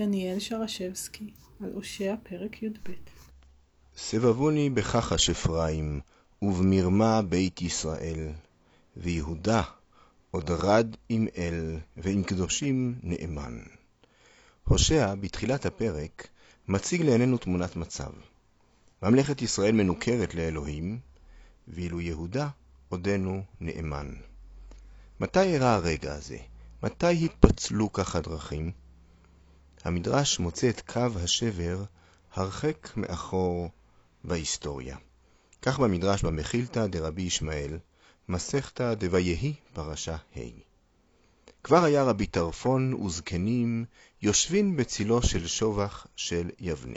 דניאל שרשבסקי על הושע פרק י"ב. סבבוני בכחש אפרים, ובמרמה בית ישראל, ויהודה עוד רד עם אל, ועם קדושים נאמן. הושע בתחילת הפרק מציג לעינינו תמונת מצב. ממלכת ישראל מנוכרת לאלוהים, ואילו יהודה עודנו נאמן. מתי אירע הרגע הזה? מתי התפצלו כך הדרכים? המדרש מוצא את קו השבר הרחק מאחור בהיסטוריה. כך במדרש במחילתא דרבי ישמעאל, מסכתא דויהי פרשה ה'. כבר היה רבי טרפון וזקנים יושבים בצילו של שובח של יבנה.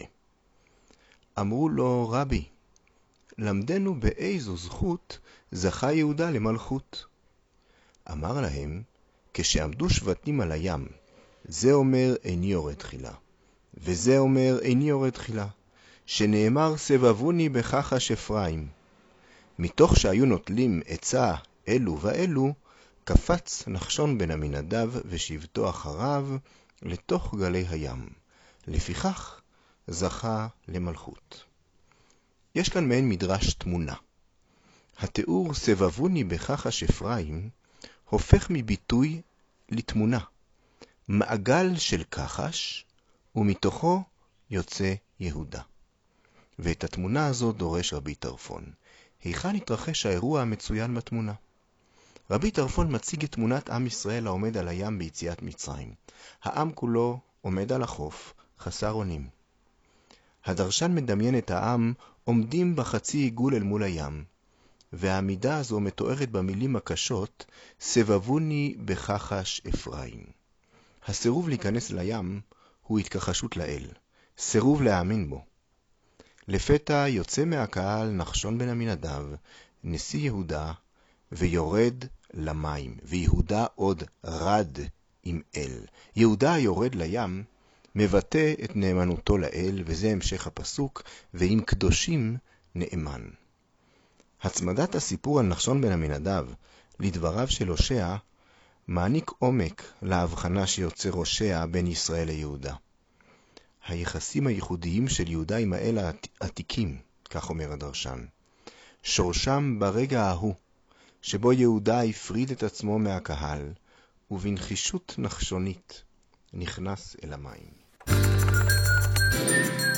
אמרו לו, רבי, למדנו באיזו זכות זכה יהודה למלכות. אמר להם, כשעמדו שבטים על הים, זה אומר איני יורד תחילה, וזה אומר איני יורד תחילה, שנאמר סבבוני בכחש אפרים. מתוך שהיו נוטלים עצה אלו ואלו, קפץ נחשון בן עמינדב ושבטו אחריו לתוך גלי הים. לפיכך זכה למלכות. יש כאן מעין מדרש תמונה. התיאור סבבוני בכחש אפרים הופך מביטוי לתמונה. מעגל של כחש, ומתוכו יוצא יהודה. ואת התמונה הזו דורש רבי טרפון. היכן התרחש האירוע המצוין בתמונה? רבי טרפון מציג את תמונת עם ישראל העומד על הים ביציאת מצרים. העם כולו עומד על החוף, חסר אונים. הדרשן מדמיין את העם עומדים בחצי עיגול אל מול הים, והעמידה הזו מתוארת במילים הקשות, סבבוני בכחש אפרים. הסירוב להיכנס לים הוא התכחשות לאל, סירוב להאמין בו. לפתע יוצא מהקהל נחשון בן עמינדב, נשיא יהודה, ויורד למים, ויהודה עוד רד עם אל. יהודה היורד לים מבטא את נאמנותו לאל, וזה המשך הפסוק, ועם קדושים נאמן. הצמדת הסיפור על נחשון בן עמינדב לדבריו של הושע מעניק עומק להבחנה שיוצר הושע בין ישראל ליהודה. היחסים הייחודיים של יהודה עם האל העתיקים, כך אומר הדרשן, שורשם ברגע ההוא, שבו יהודה הפריד את עצמו מהקהל, ובנחישות נחשונית נכנס אל המים.